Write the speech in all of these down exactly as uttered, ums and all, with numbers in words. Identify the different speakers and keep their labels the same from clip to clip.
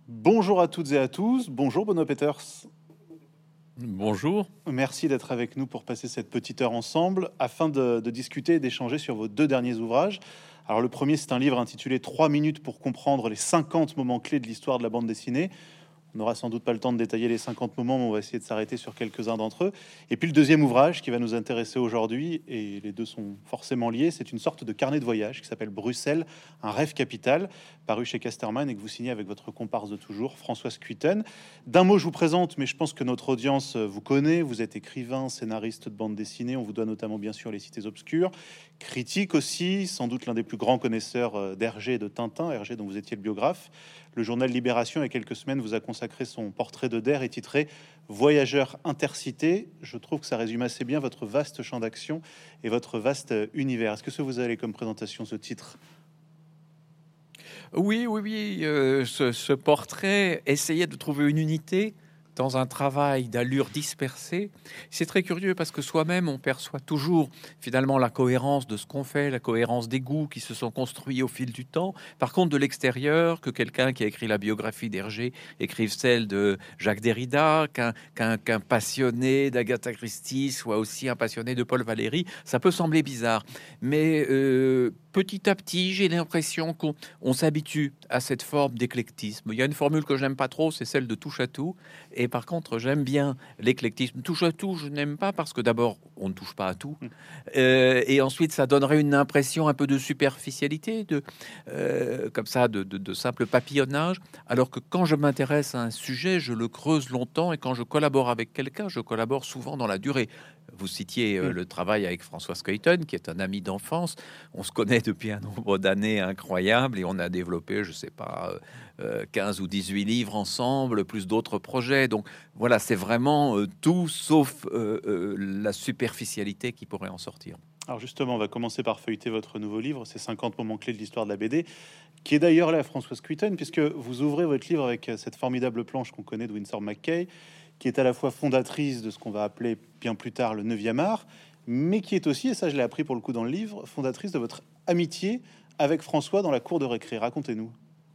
Speaker 1: Bonjour à toutes et à tous, bonjour Benoît Peters.
Speaker 2: Bonjour.
Speaker 1: Merci d'être avec nous pour passer cette petite heure ensemble afin de, de discuter et d'échanger sur vos deux derniers ouvrages. Alors le premier, c'est un livre intitulé trois minutes pour comprendre les cinquante moments clés de l'histoire de la bande dessinée. On n'aura sans doute pas le temps de détailler les cinquante moments, mais on va essayer de s'arrêter sur quelques-uns d'entre eux. Et puis le deuxième ouvrage qui va nous intéresser aujourd'hui, et les deux sont forcément liés, c'est une sorte de carnet de voyage qui s'appelle Bruxelles, un rêve capital, paru chez Casterman et que vous signez avec votre comparse de toujours, Françoise Cuiten. D'un mot, je vous présente, mais je pense que notre audience vous connaît. Vous êtes écrivain, scénariste de bande dessinée. On vous doit notamment, bien sûr, Les Cités Obscures. Critique aussi, sans doute l'un des plus grands connaisseurs d'Hergé et de Tintin, Hergé dont vous étiez le biographe. Le journal Libération, il y a quelques semaines, vous a consacré son portrait de Der et titré Voyageur intercité. Je trouve que ça résume assez bien votre vaste champ d'action et votre vaste univers. Est-ce que ce vous allez comme présentation, ce titre?
Speaker 2: Oui, oui, oui. euh, ce, ce portrait essayait de trouver une unité dans un travail d'allure dispersée. C'est très curieux parce que soi-même, on perçoit toujours finalement la cohérence de ce qu'on fait, la cohérence des goûts qui se sont construits au fil du temps. Par contre, de l'extérieur, que quelqu'un qui a écrit la biographie d'Hergé écrive celle de Jacques Derrida, qu'un qu'un qu'un passionné d'Agatha Christie soit aussi un passionné de Paul Valéry, ça peut sembler bizarre. Mais euh, petit à petit, j'ai l'impression qu'on on s'habitue à cette forme d'éclectisme. Il y a une formule que j'aime pas trop, c'est celle de touche à tout. Et par contre, j'aime bien l'éclectisme. Touche à tout, je n'aime pas parce que d'abord, on ne touche pas à tout. Euh, et ensuite, ça donnerait une impression un peu de superficialité, de, euh, comme ça, de, de, de simple papillonnage. Alors que quand je m'intéresse à un sujet, je le creuse longtemps. Et quand je collabore avec quelqu'un, je collabore souvent dans la durée. Vous citiez euh, le travail avec Françoise Cuiten, qui est un ami d'enfance. On se connaît depuis un nombre d'années incroyable et on a développé, je sais pas, euh, quinze ou dix-huit livres ensemble, plus d'autres projets. Donc voilà, c'est vraiment euh, tout sauf euh, euh, la superficialité qui pourrait en sortir.
Speaker 1: Alors justement, on va commencer par feuilleter votre nouveau livre, ces cinquante moments clés de l'histoire de la B D, qui est d'ailleurs là, Françoise Cuiten, puisque vous ouvrez votre livre avec cette formidable planche qu'on connaît de Winsor McCay, qui est à la fois fondatrice de ce qu'on va appeler bien plus tard le neuvième art, mais qui est aussi, et ça je l'ai appris pour le coup dans le livre, fondatrice de votre amitié avec François dans la cour de récré. Racontez-nous.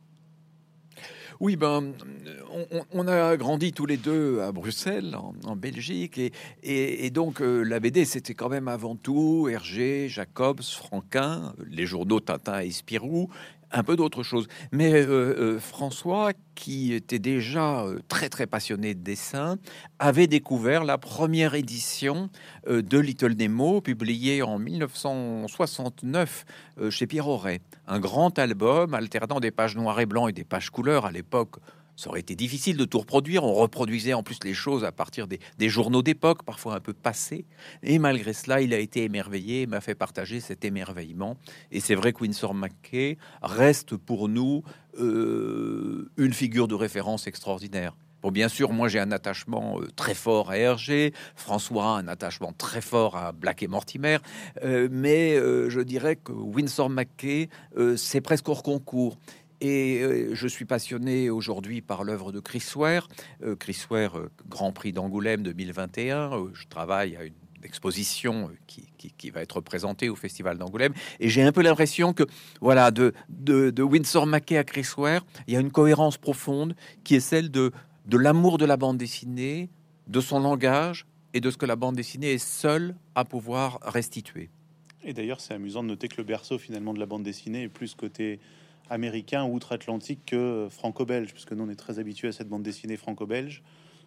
Speaker 2: Oui, ben, on, on a grandi tous les deux à Bruxelles, en, en Belgique, et, et, et donc euh, la B D, c'était quand même avant tout Hergé, Jacobs, Franquin, les journaux Tintin et Spirou, un peu d'autres choses. Mais euh, euh, François, qui était déjà euh, très très passionné de dessin, avait découvert la première édition euh, de Little Nemo, publiée en mille neuf cent soixante-neuf euh, chez Pierre Auret. Un grand album alternant des pages noires et blancs et des pages couleurs. À l'époque, ça aurait été difficile de tout reproduire. On reproduisait en plus les choses à partir des, des journaux d'époque, parfois un peu passés. Et malgré cela, il a été émerveillé et m'a fait partager cet émerveillement. Et c'est vrai que Winsor McCay reste pour nous euh, une figure de référence extraordinaire. Bon, bien sûr, moi j'ai un attachement euh, très fort à Hergé, François un attachement très fort à Black et Mortimer, euh, mais euh, je dirais que Winsor McCay, euh, c'est presque hors concours. Et euh, je suis passionné aujourd'hui par l'œuvre de Chris Ware. Euh, Chris Ware, euh, Grand Prix d'Angoulême deux mille vingt et un. Euh, je travaille à une exposition qui, qui, qui va être présentée au Festival d'Angoulême. Et j'ai un peu l'impression que, voilà, de, de, de Winsor McCay à Chris Ware, il y a une cohérence profonde qui est celle de, de l'amour de la bande dessinée, de son langage et de ce que la bande dessinée est seule à pouvoir restituer.
Speaker 1: Et d'ailleurs, c'est amusant de noter que le berceau finalement de la bande dessinée est plus côté américain ou outre-Atlantique que franco-belge, puisque nous on est très habitués à cette bande dessinée franco-belge.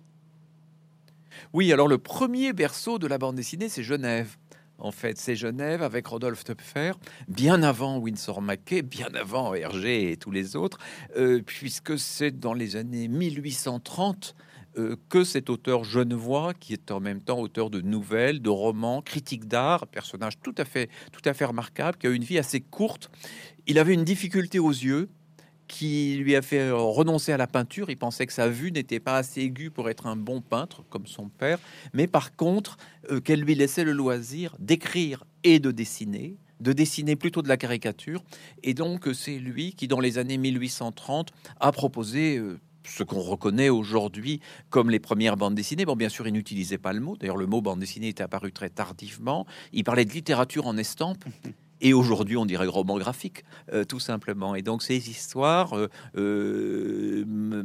Speaker 2: Oui, alors le premier berceau de la bande dessinée, c'est Genève. En fait, c'est Genève avec Rodolphe Töpfer, bien avant Winsor McCay, bien avant Hergé et tous les autres, euh, puisque c'est dans les années mille huit cent trente euh, que cet auteur genevois, qui est en même temps auteur de nouvelles, de romans, critique d'art, personnage tout à fait, tout à fait remarquable, qui a une vie assez courte. Il avait une difficulté aux yeux qui lui a fait renoncer à la peinture. Il pensait que sa vue n'était pas assez aiguë pour être un bon peintre, comme son père, mais par contre, euh, qu'elle lui laissait le loisir d'écrire et de dessiner, de dessiner plutôt de la caricature. Et donc, c'est lui qui, dans les années mille huit cent trente, a proposé... Euh, ce qu'on reconnaît aujourd'hui comme les premières bandes dessinées. Bon, bien sûr, il n'utilisait pas le mot. D'ailleurs, le mot bande dessinée est apparu très tardivement. Il parlait de littérature en estampe. Et aujourd'hui, on dirait roman graphique, euh, tout simplement. Et donc, ces histoires euh, euh,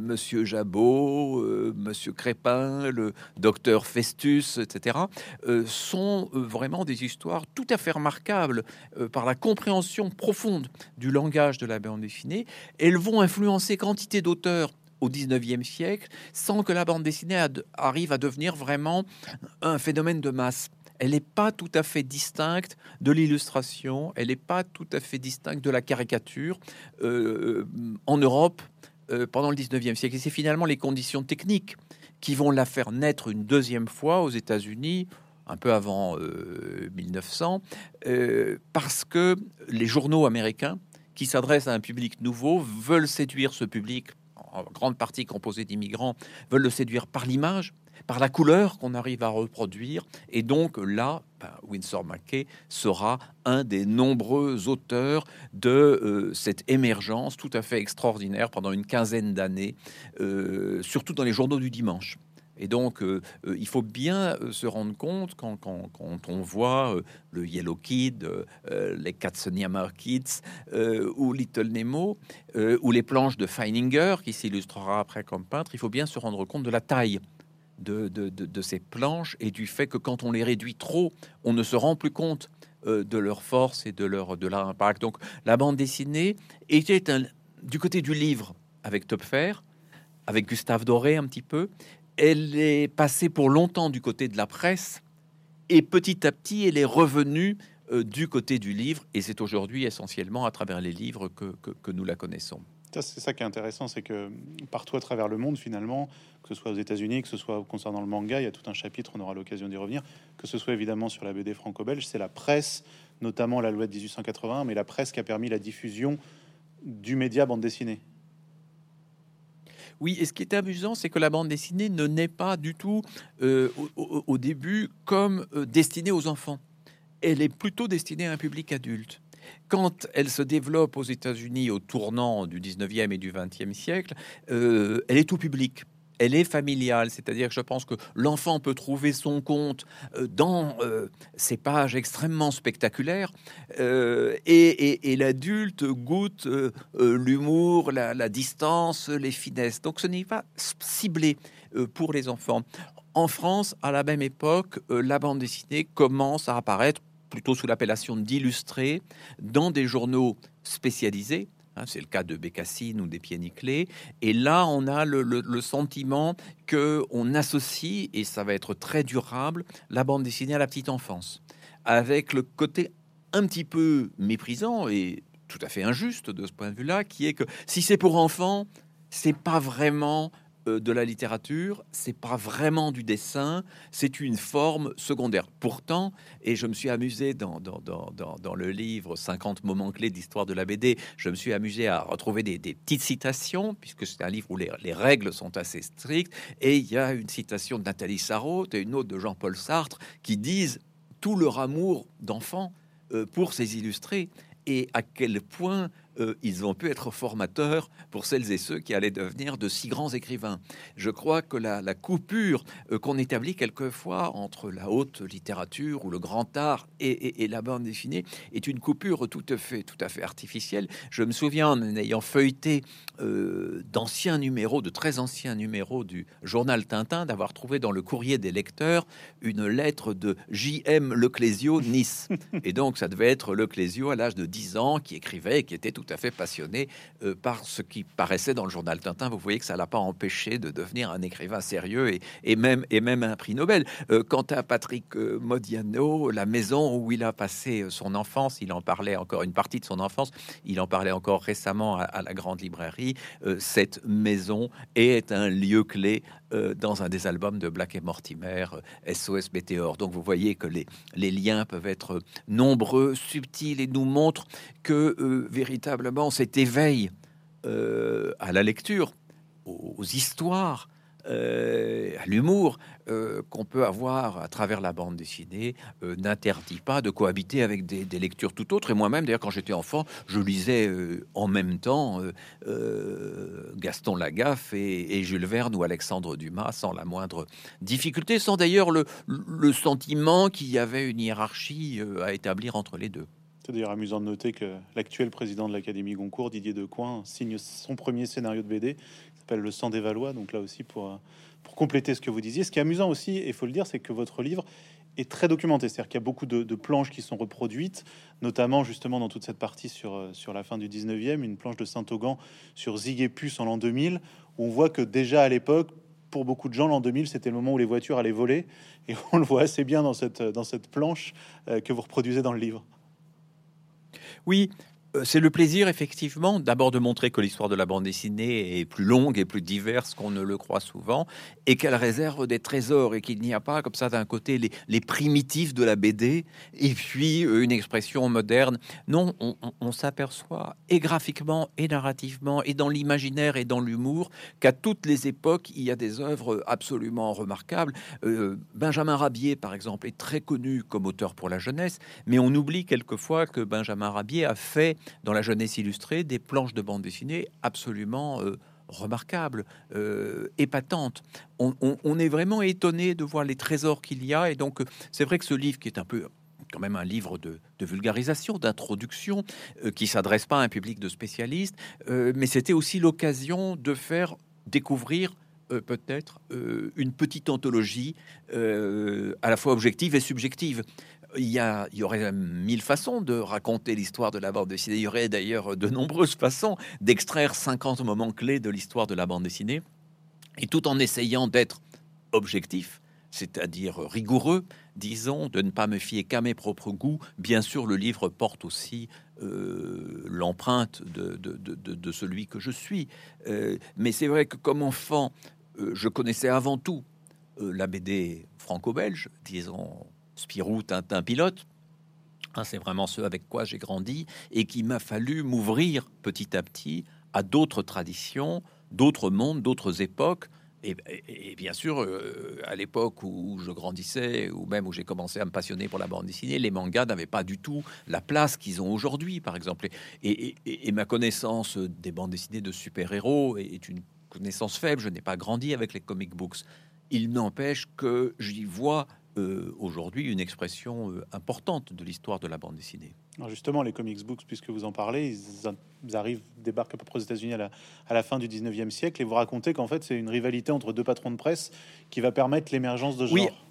Speaker 2: Monsieur Jabot, euh, Monsieur Crépin, le docteur Festus, et cetera, euh, sont euh, vraiment des histoires tout à fait remarquables euh, par la compréhension profonde du langage de la bande dessinée. Elles vont influencer quantité d'auteurs au dix-neuvième siècle sans que la bande dessinée ad- arrive à devenir vraiment un phénomène de masse. Elle n'est pas tout à fait distincte de l'illustration, elle n'est pas tout à fait distincte de la caricature euh, en Europe euh, pendant le dix-neuvième siècle. Et c'est finalement les conditions techniques qui vont la faire naître une deuxième fois aux États-Unis, un peu avant euh, mille neuf cents, euh, parce que les journaux américains qui s'adressent à un public nouveau veulent séduire ce public, en grande partie composé d'immigrants, veulent le séduire par l'image, par la couleur qu'on arrive à reproduire. Et donc là, ben, Winsor McCay sera un des nombreux auteurs de euh, cette émergence tout à fait extraordinaire pendant une quinzaine d'années, euh, surtout dans les journaux du dimanche. Et donc, euh, euh, il faut bien euh, se rendre compte quand, quand, quand on voit euh, le Yellow Kid, euh, les Katzenjammer Kids euh, ou Little Nemo, euh, ou les planches de Feininger, qui s'illustrera après comme peintre, il faut bien se rendre compte de la taille de, de, de, de ces planches et du fait que quand on les réduit trop, on ne se rend plus compte euh, de leur force et de leur, de leur impact. Donc, la bande dessinée était un, du côté du livre avec Töpfer, avec Gustave Doré un petit peu. Elle est passée pour longtemps du côté de la presse et petit à petit, elle est revenue euh, du côté du livre. Et c'est aujourd'hui essentiellement à travers les livres que, que, que nous la connaissons.
Speaker 1: Ça, c'est ça qui est intéressant, c'est que partout à travers le monde, finalement, que ce soit aux États-Unis, que ce soit concernant le manga, il y a tout un chapitre, on aura l'occasion d'y revenir, que ce soit évidemment sur la B D franco-belge, c'est la presse, notamment la loi de dix-huit cent quatre-vingt-un, mais la presse qui a permis la diffusion du média bande dessinée.
Speaker 2: Oui, et ce qui est amusant, c'est que la bande dessinée ne naît pas du tout euh, au, au- au début comme euh, destinée aux enfants. Elle est plutôt destinée à un public adulte. Quand elle se développe aux États-Unis au tournant du dix-neuvième et du vingtième siècle, euh, elle est tout public. Elle est familiale, c'est-à-dire que je pense que l'enfant peut trouver son compte euh, dans euh, ces pages extrêmement spectaculaires euh, et, et- et l'adulte goûte euh, euh, l'humour, la, la distance, les finesses. Donc ce n'est pas ciblé euh, pour les enfants. En France, à la même époque, euh, la bande dessinée commence à apparaître plutôt sous l'appellation d'illustré dans des journaux spécialisés. Hein, c'est le cas de Bécassine ou des Pieds Nickelés. Et là, on a le, le- le sentiment que on associe, et ça va être très durable, la bande dessinée à la petite enfance, avec le côté un petit peu méprisant et tout à fait injuste de ce point de vue-là, qui est que si c'est pour enfants, c'est pas vraiment euh, de la littérature, c'est pas vraiment du dessin, c'est une forme secondaire. Pourtant, et je me suis amusé dans, dans, dans, dans, dans le livre cinquante moments clés d'histoire de la B D, je me suis amusé à retrouver des, des petites citations, puisque c'est un livre où les, les règles sont assez strictes, et il y a une citation de Nathalie Sarraute et une autre de Jean-Paul Sartre qui disent tout leur amour d'enfant euh, pour ces illustrés et à quel point euh, ils ont pu être formateurs pour celles et ceux qui allaient devenir de si grands écrivains. Je crois que la, la coupure euh, qu'on établit quelquefois entre la haute littérature ou le grand art et, et- et la bande dessinée est une coupure tout à fait, tout à fait artificielle. Je me souviens, en ayant feuilleté euh, d'anciens numéros, de très anciens numéros du journal Tintin, d'avoir trouvé dans le courrier des lecteurs une lettre de J M Leclésio, Nice. Et donc, ça devait être Leclésio à l'âge de dix ans qui écrivait et qui était tout à fait passionné euh, par ce qui paraissait dans le journal Tintin. Vous voyez que ça l'a pas empêché de devenir un écrivain sérieux et, et même, et même un prix Nobel. Euh, quant à Patrick euh, Modiano, la maison où il a passé euh, son enfance, il en parlait encore une partie de son enfance, il en parlait encore récemment à, à la Grande Librairie. Euh, cette maison est un lieu clé euh, dans un des albums de Black et Mortimer, euh, S O S Météore. Donc vous voyez que les, les liens peuvent être nombreux, subtils et nous montrent que euh, véritablement cet éveil euh, à la lecture, aux, aux histoires, euh, à l'humour euh, qu'on peut avoir à travers la bande dessinée euh, n'interdit pas de cohabiter avec des, des lectures tout autres. Et moi-même, d'ailleurs, quand j'étais enfant, je lisais euh, en même temps euh, euh, Gaston Lagaffe et, et Jules Verne ou Alexandre Dumas sans la moindre difficulté, sans d'ailleurs le, le sentiment qu'il y avait une hiérarchie euh, à établir entre les deux.
Speaker 1: C'est d'ailleurs amusant de noter que l'actuel président de l'Académie Goncourt, Didier Decoing, signe son premier scénario de B D, s'appelle Le sang des Valois. Donc là aussi, pour, pour compléter ce que vous disiez. Ce qui est amusant aussi, et il faut le dire, c'est que votre livre est très documenté. C'est-à-dire qu'il y a beaucoup de, de planches qui sont reproduites, notamment justement dans toute cette partie sur, sur la fin du dix-neuvième, une planche de Saint-Augan sur Zig et Puce en l'an deux mille, où on voit que déjà à l'époque, pour beaucoup de gens, l'an deux mille, c'était le moment où les voitures allaient voler. Et on le voit assez bien dans cette, dans cette planche euh, que vous reproduisez dans le livre.
Speaker 2: Oui, euh, c'est le plaisir, effectivement, d'abord de montrer que l'histoire de la bande dessinée est plus longue et plus diverse qu'on ne le croit souvent, et qu'elle réserve des trésors, et qu'il n'y a pas, comme ça, d'un côté, les, les primitifs de la B D, et puis euh, une expression moderne. Non, on, on, on s'aperçoit, et graphiquement, et narrativement, et dans l'imaginaire, et dans l'humour, qu'à toutes les époques, il y a des œuvres absolument remarquables. Euh, Benjamin Rabier, par exemple, est très connu comme auteur pour la jeunesse, mais on oublie quelquefois que Benjamin Rabier a fait dans la jeunesse illustrée des planches de bande dessinée absolument euh, remarquables, euh, épatantes. On, on, on est vraiment étonné de voir les trésors qu'il y a, et donc c'est vrai que ce livre, qui est un peu quand même un livre de, de vulgarisation, d'introduction, euh, qui s'adresse pas à un public de spécialistes, euh, mais c'était aussi l'occasion de faire découvrir euh, peut-être euh, une petite anthologie euh, à la fois objective et subjective. Il y, a, il y aurait mille façons de raconter l'histoire de la bande dessinée. Il y aurait d'ailleurs de nombreuses façons d'extraire cinquante moments clés de l'histoire de la bande dessinée, et tout en essayant d'être objectif, c'est-à-dire rigoureux, disons, de ne pas me fier qu'à mes propres goûts. Bien sûr, le livre porte aussi euh, l'empreinte de, de, de, de, de celui que je suis. Euh, mais c'est vrai que comme enfant, euh, je connaissais avant tout euh, la B D franco-belge, disons Spirou, Tintin, Pilote. Hein, c'est vraiment ce avec quoi j'ai grandi, et qu'il m'a fallu m'ouvrir petit à petit à d'autres traditions, d'autres mondes, d'autres époques. Et, et, et bien sûr, euh, à l'époque où je grandissais, ou même où j'ai commencé à me passionner pour la bande dessinée, les mangas n'avaient pas du tout la place qu'ils ont aujourd'hui, par exemple. Et, et, et ma connaissance des bandes dessinées de super-héros est une connaissance faible. Je n'ai pas grandi avec les comic books. Il n'empêche que j'y vois euh, aujourd'hui une expression euh, importante de l'histoire de la bande dessinée.
Speaker 1: Alors justement, les comics books, puisque vous en parlez, ils, ils arrivent, débarquent à peu près aux États-Unis à la, à la fin du dix-neuvième siècle, et vous racontez qu'en fait, c'est une rivalité entre deux patrons de presse qui va permettre l'émergence de ce
Speaker 2: oui.
Speaker 1: genre.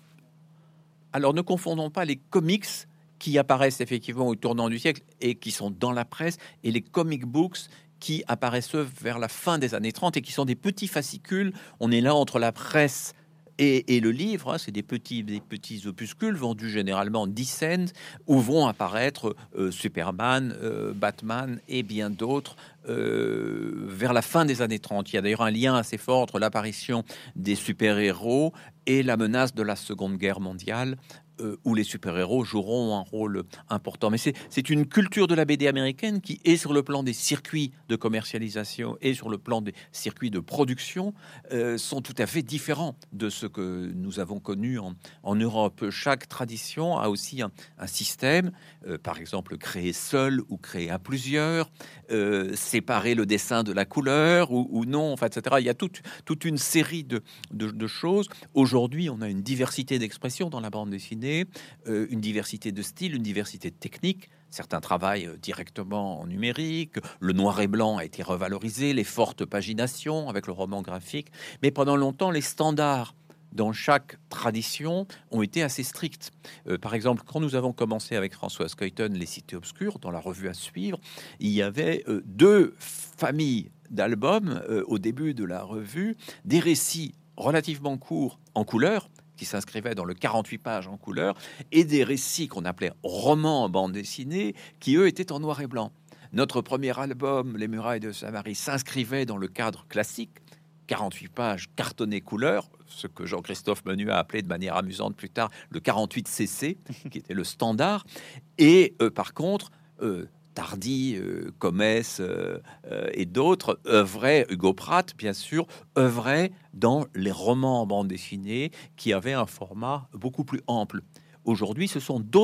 Speaker 2: Alors, ne confondons pas les comics qui apparaissent effectivement au tournant du siècle et qui sont dans la presse, et les comic books qui apparaissent vers la fin des années trente et qui sont des petits fascicules. On est là entre la presse Et, et le livre, hein, c'est des petits, des petits opuscules vendus généralement dix cents, où vont apparaître euh, Superman, euh, Batman et bien d'autres euh, vers la fin des années trente. Il y a d'ailleurs un lien assez fort entre l'apparition des super-héros et la menace de la Seconde Guerre mondiale, euh, où les super-héros joueront un rôle important. Mais c'est, c'est une culture de la B D américaine qui est, sur le plan des circuits de commercialisation et sur le plan des circuits de production, euh, sont tout à fait différents de ce que nous avons connu en, en Europe. Chaque tradition a aussi un, un système, euh, par exemple créer seul ou créer à plusieurs, euh, séparer le dessin de la couleur ou, ou non, enfin, et cetera. Il y a toute, toute une série de, de, de choses. Aujourd'hui, on a une diversité d'expression dans la bande dessinée, euh, une diversité de styles, une diversité de techniques. Certains travaillent directement en numérique, le noir et blanc a été revalorisé, les fortes paginations avec le roman graphique, mais pendant longtemps, les standards dans chaque tradition ont été assez stricts. Euh, par exemple, quand nous avons commencé avec Françoise Coyton Les Cités Obscures, dans la revue à suivre, il y avait euh, deux familles d'albums euh, au début de la revue, des récits relativement courts en couleur, qui s'inscrivaient dans le quarante-huit pages en couleur, et des récits qu'on appelait romans en bande dessinée, qui eux étaient en noir et blanc. Notre premier album, Les Murailles de Samarie, s'inscrivait dans le cadre classique, quarante-huit pages cartonnées couleur, ce que Jean-Christophe Menu a appelé de manière amusante plus tard le quarante-huit C C, qui était le standard. Et euh, par contre, euh, Tardy, euh, Comès euh, euh, et d'autres œuvraient, Hugo Pratt bien sûr, œuvraient dans les romans en bande dessinée qui avaient un format beaucoup plus ample. Aujourd'hui, ce sont d'autres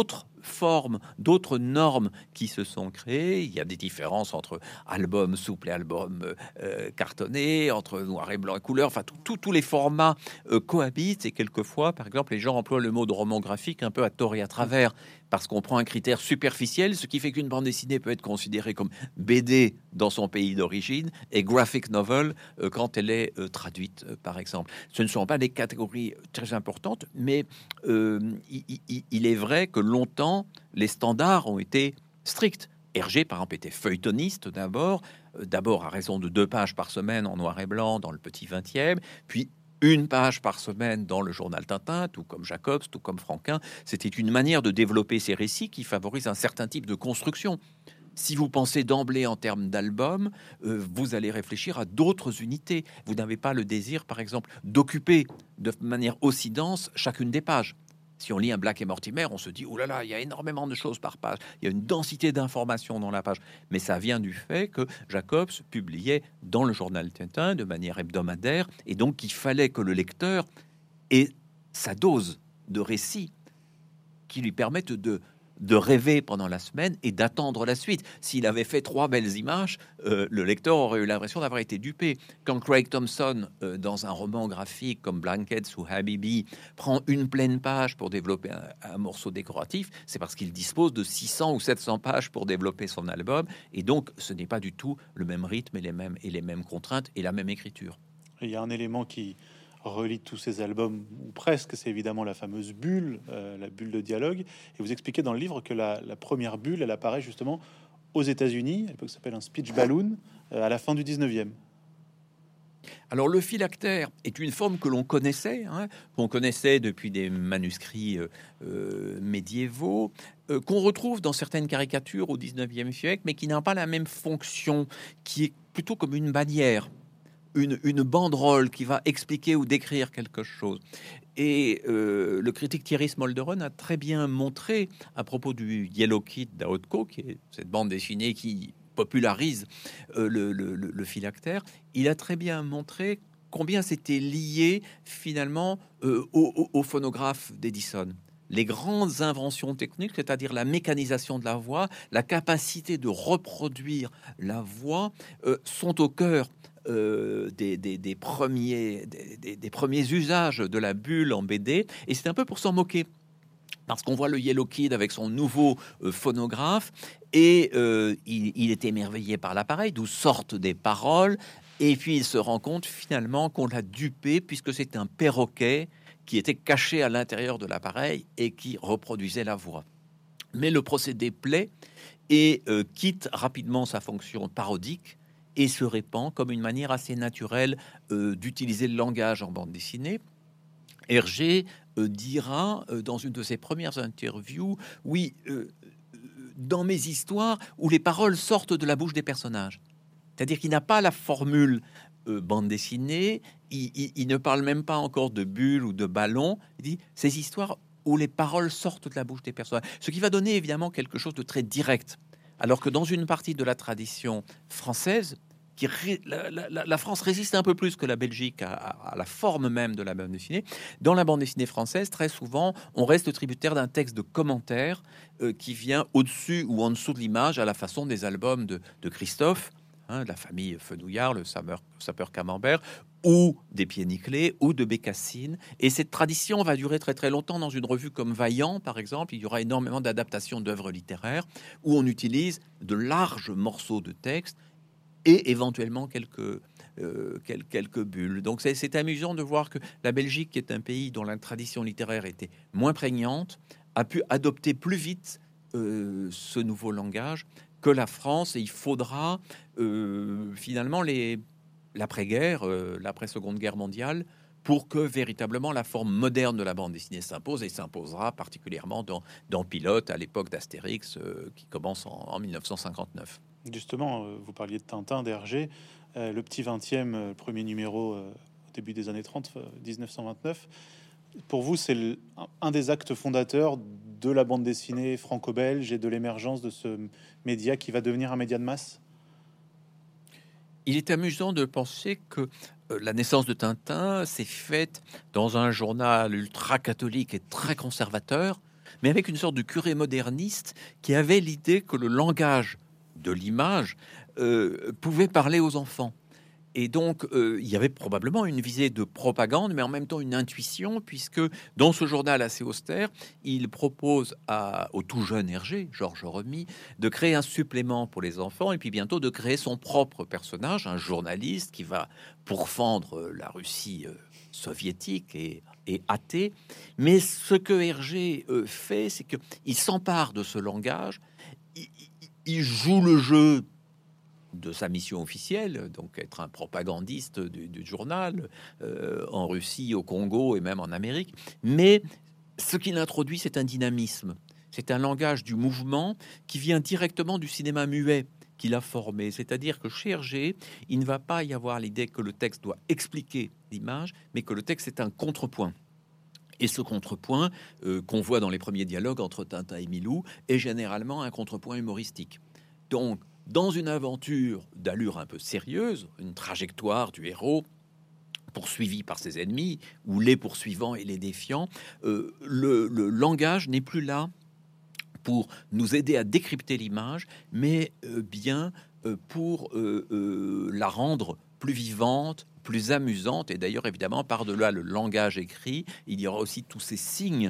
Speaker 2: formes, d'autres normes qui se sont créées. Il y a des différences entre album souple et album euh, cartonné, entre noir et blanc et couleur, enfin tous les formats euh, cohabitent, et quelquefois, par exemple, les gens emploient le mot de roman graphique un peu à tort et à travers, parce qu'on prend un critère superficiel, ce qui fait qu'une bande dessinée peut être considérée comme B D dans son pays d'origine et graphic novel euh, quand elle est euh, traduite, euh, par exemple. Ce ne sont pas des catégories très importantes, mais euh, il, il, il est vrai que longtemps, les standards ont été stricts. Hergé, par exemple, était feuilletoniste d'abord, euh, d'abord à raison de deux pages par semaine en noir et blanc dans le Petit vingtième, puis une page par semaine dans le journal Tintin, tout comme Jacobs, tout comme Franquin. C'était une manière de développer ces récits qui favorise un certain type de construction. Si vous pensez d'emblée en termes d'album, euh, vous allez réfléchir à d'autres unités. Vous n'avez pas le désir, par exemple, d'occuper de manière aussi dense chacune des pages. Si on lit un Black et Mortimer, on se dit « Oh là là, il y a énormément de choses par page, il y a une densité d'informations dans la page. » Mais ça vient du fait que Jacobs publiait dans le journal Tintin de manière hebdomadaire, et donc il fallait que le lecteur ait sa dose de récits qui lui permettent de de rêver pendant la semaine et d'attendre la suite. S'il avait fait trois belles images, euh, le lecteur aurait eu l'impression d'avoir été dupé. Quand Craig Thompson, euh, dans un roman graphique comme Blankets ou Habibi, prend une pleine page pour développer un, un morceau décoratif, c'est parce qu'il dispose de six cents ou sept cents pages pour développer son album, et donc ce n'est pas du tout le même rythme et les mêmes, et les mêmes contraintes et la même écriture.
Speaker 1: Il y a un élément qui relie tous ces albums, ou presque, c'est évidemment la fameuse bulle, euh, la bulle de dialogue. Et vous expliquez dans le livre que la, la première bulle, elle apparaît justement aux États-Unis, à l'époque ça s'appelle un speech balloon, euh, à la fin du dix-neuvième.
Speaker 2: Alors le phylactère est une forme que l'on connaissait, hein, qu'on connaissait depuis des manuscrits euh, euh, médiévaux, euh, qu'on retrouve dans certaines caricatures au dix-neuvième siècle, mais qui n'a pas la même fonction, qui est plutôt comme une bannière. Une, une banderole qui va expliquer ou décrire quelque chose. Et euh, le critique Thierry Smolderon a très bien montré, à propos du Yellow Kid d'Aotko, qui est cette bande dessinée qui popularise euh, le, le, le phylactère, il a très bien montré combien c'était lié finalement euh, au, au, au phonographe d'Edison. Les grandes inventions techniques, c'est-à-dire la mécanisation de la voix, la capacité de reproduire la voix, euh, sont au cœur Euh, des, des, des, premiers, des, des premiers usages de la bulle en B D, et c'est un peu pour s'en moquer, parce qu'on voit le Yellow Kid avec son nouveau euh, phonographe, et euh, il, il est émerveillé par l'appareil, d'où sortent des paroles, et puis il se rend compte finalement qu'on l'a dupé, puisque c'est un perroquet qui était caché à l'intérieur de l'appareil et qui reproduisait la voix. Mais le procédé plaît et euh, quitte rapidement sa fonction parodique et se répand comme une manière assez naturelle euh, d'utiliser le langage en bande dessinée. Hergé euh, dira euh, dans une de ses premières interviews, oui, euh, dans mes histoires où les paroles sortent de la bouche des personnages. C'est-à-dire qu'il n'a pas la formule euh, bande dessinée, il, il, il ne parle même pas encore de bulles ou de ballons, il dit ces histoires où les paroles sortent de la bouche des personnages, ce qui va donner évidemment quelque chose de très direct. Alors que dans une partie de la tradition française, qui ré, la, la, la France résiste un peu plus que la Belgique à, à, à la forme même de la bande dessinée. Dans la bande dessinée française, très souvent, on reste tributaire d'un texte de commentaire euh, qui vient au-dessus ou en dessous de l'image, à la façon des albums de, de Christophe, hein, de la famille Fenouillard, le sapeur, sapeur Camembert, ou des Pieds Nickelés, ou de Bécassine. Et cette tradition va durer très très longtemps. Dans une revue comme Vaillant, par exemple, il y aura énormément d'adaptations d'œuvres littéraires où on utilise de larges morceaux de texte et éventuellement quelques, euh, quelques, quelques bulles. Donc c'est, c'est amusant de voir que la Belgique, qui est un pays dont la tradition littéraire était moins prégnante, a pu adopter plus vite euh, ce nouveau langage que la France. Et il faudra euh, finalement les, l'après-guerre, euh, l'après-seconde guerre mondiale, pour que véritablement la forme moderne de la bande dessinée s'impose, et s'imposera particulièrement dans, dans Pilote, à l'époque d'Astérix, euh, qui commence en, en dix-neuf cent cinquante-neuf.
Speaker 1: Justement, euh, vous parliez de Tintin, d'Hergé, euh, le petit vingtième, euh, premier numéro euh, au début des années trente, euh, dix-neuf cent vingt-neuf. Pour vous, c'est le, un des actes fondateurs de la bande dessinée franco-belge et de l'émergence de ce média qui va devenir un média de masse?
Speaker 2: Il est amusant de penser que euh, la naissance de Tintin s'est faite dans un journal ultra-catholique et très conservateur, mais avec une sorte de curé moderniste qui avait l'idée que le langage de l'image euh, pouvait parler aux enfants. Et donc, euh, il y avait probablement une visée de propagande, mais en même temps une intuition, puisque dans ce journal assez austère, il propose à, au tout jeune Hergé, Georges Remy, de créer un supplément pour les enfants, et puis bientôt de créer son propre personnage, un journaliste qui va pourfendre la Russie euh, soviétique et, et athée. Mais ce que Hergé euh, fait, c'est qu'il s'empare de ce langage, il, il, il joue le jeu de sa mission officielle, donc être un propagandiste du, du journal euh, en Russie, au Congo et même en Amérique. Mais ce qu'il introduit, c'est un dynamisme, c'est un langage du mouvement qui vient directement du cinéma muet qu'il a formé. C'est-à-dire que chez Hergé, il ne va pas y avoir l'idée que le texte doit expliquer l'image, mais que le texte est un contrepoint. Et ce contrepoint euh, qu'on voit dans les premiers dialogues entre Tintin et Milou est généralement un contrepoint humoristique. Donc, dans une aventure d'allure un peu sérieuse, une trajectoire du héros poursuivi par ses ennemis, ou les poursuivants et les défiants, euh, le, le langage n'est plus là pour nous aider à décrypter l'image, mais euh, bien euh, pour euh, euh, la rendre plus vivante, plus amusante. Et d'ailleurs, évidemment, par-delà le langage écrit, il y aura aussi tous ces signes,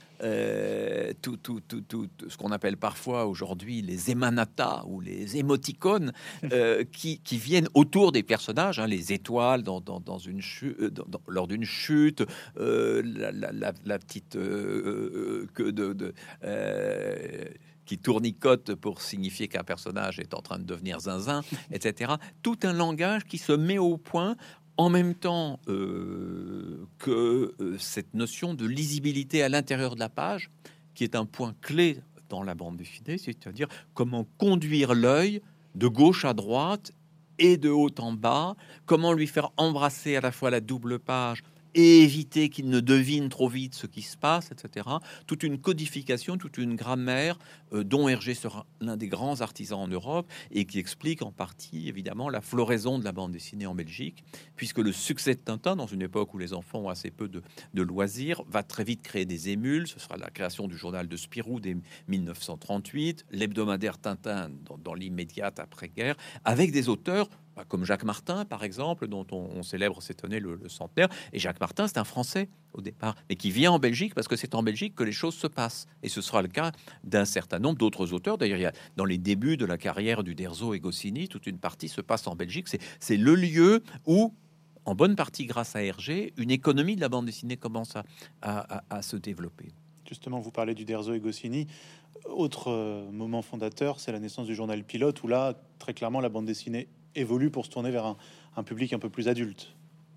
Speaker 2: Euh, tout, tout, tout, tout, ce qu'on appelle parfois aujourd'hui les émanata ou les émoticônes euh, qui, qui viennent autour des personnages, hein, les étoiles dans, dans, dans une chute, dans, dans, lors d'une chute, euh, la, la, la, la petite euh, que de, de euh, qui tournicote pour signifier qu'un personnage est en train de devenir zinzin, et cetera. Tout un langage qui se met au point en même temps euh, que euh, cette notion de lisibilité à l'intérieur de la page, qui est un point clé dans la bande dessinée, c'est-à-dire comment conduire l'œil de gauche à droite et de haut en bas, comment lui faire embrasser à la fois la double page et éviter qu'il ne devine trop vite ce qui se passe, et cetera. Toute une codification, toute une grammaire euh, dont Hergé sera l'un des grands artisans en Europe et qui explique en partie, évidemment, la floraison de la bande dessinée en Belgique, puisque le succès de Tintin, dans une époque où les enfants ont assez peu de, de loisirs, va très vite créer des émules. Ce sera la création du journal de Spirou dès mille neuf cent trente-huit, l'hebdomadaire Tintin dans, dans l'immédiate après-guerre, avec des auteurs comme Jacques Martin, par exemple, dont on, on célèbre cette année le, le centenaire. Et Jacques Martin, c'est un Français au départ, mais qui vient en Belgique parce que c'est en Belgique que les choses se passent. Et ce sera le cas d'un certain nombre d'autres auteurs. D'ailleurs, il y a dans les débuts de la carrière du Derzo et Goscinny, toute une partie se passe en Belgique. C'est, c'est le lieu où, en bonne partie grâce à Hergé, une économie de la bande dessinée commence à, à, à, à se développer.
Speaker 1: Justement, vous parlez du Derzo et Goscinny. Autre euh, moment fondateur, c'est la naissance du journal Pilote, où là, très clairement, la bande dessinée évolue pour se tourner vers un, un public un peu plus adulte.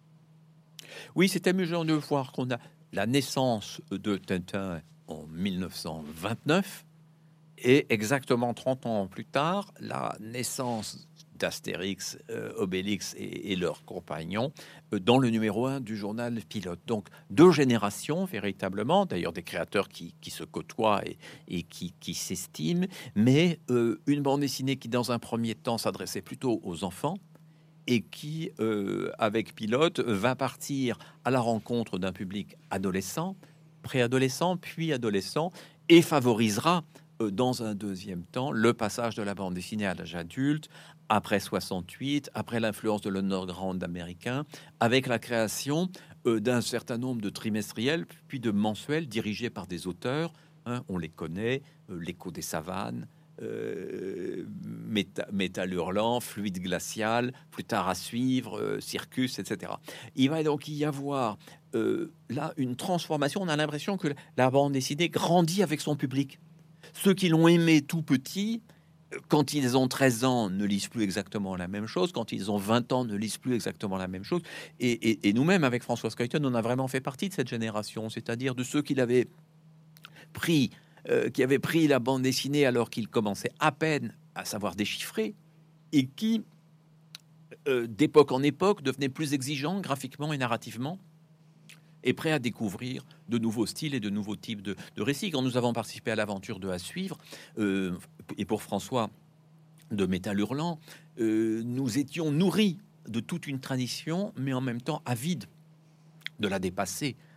Speaker 2: Oui, c'est amusant de voir qu'on a la naissance de Tintin en mille neuf cent vingt-neuf et exactement trente ans plus tard, la naissance d'Astérix, euh, Obélix et, et leurs compagnons euh, dans le numéro un du journal Pilote. Donc deux générations véritablement, d'ailleurs des créateurs qui, qui se côtoient et, et qui, qui s'estiment, mais euh, une bande dessinée qui dans un premier temps s'adressait plutôt aux enfants et qui, euh, avec Pilote, va partir à la rencontre d'un public adolescent, préadolescent, puis adolescent, et favorisera euh, dans un deuxième temps le passage de la bande dessinée à l'âge adulte, après soixante-huit, après l'influence de l'underground américain, avec la création euh, d'un certain nombre de trimestriels, puis de mensuels dirigés par des auteurs, hein, on les connaît, euh, L'écho des savanes, Euh, méta, métal hurlant, fluide glacial, plus tard à suivre, euh, circus, et cetera. Il va donc y avoir euh, là une transformation. On a l'impression que la bande dessinée grandit avec son public. Ceux qui l'ont aimé tout petit, quand ils ont treize ans, ne lisent plus exactement la même chose. Quand ils ont vingt ans, ne lisent plus exactement la même chose. Et, et, et nous-mêmes, avec François Skeuten, on a vraiment fait partie de cette génération, c'est-à-dire de ceux qui l'avaient pris Euh, qui avait pris la bande dessinée alors qu'il commençait à peine à savoir déchiffrer et qui, euh, d'époque en époque, devenait plus exigeant graphiquement et narrativement et prêt à découvrir de nouveaux styles et de nouveaux types de, de récits. Quand nous avons participé à l'aventure de À suivre, euh, et pour François de Métal Hurlant, euh, nous étions nourris de toute une tradition, mais en même temps avides de la dépasser,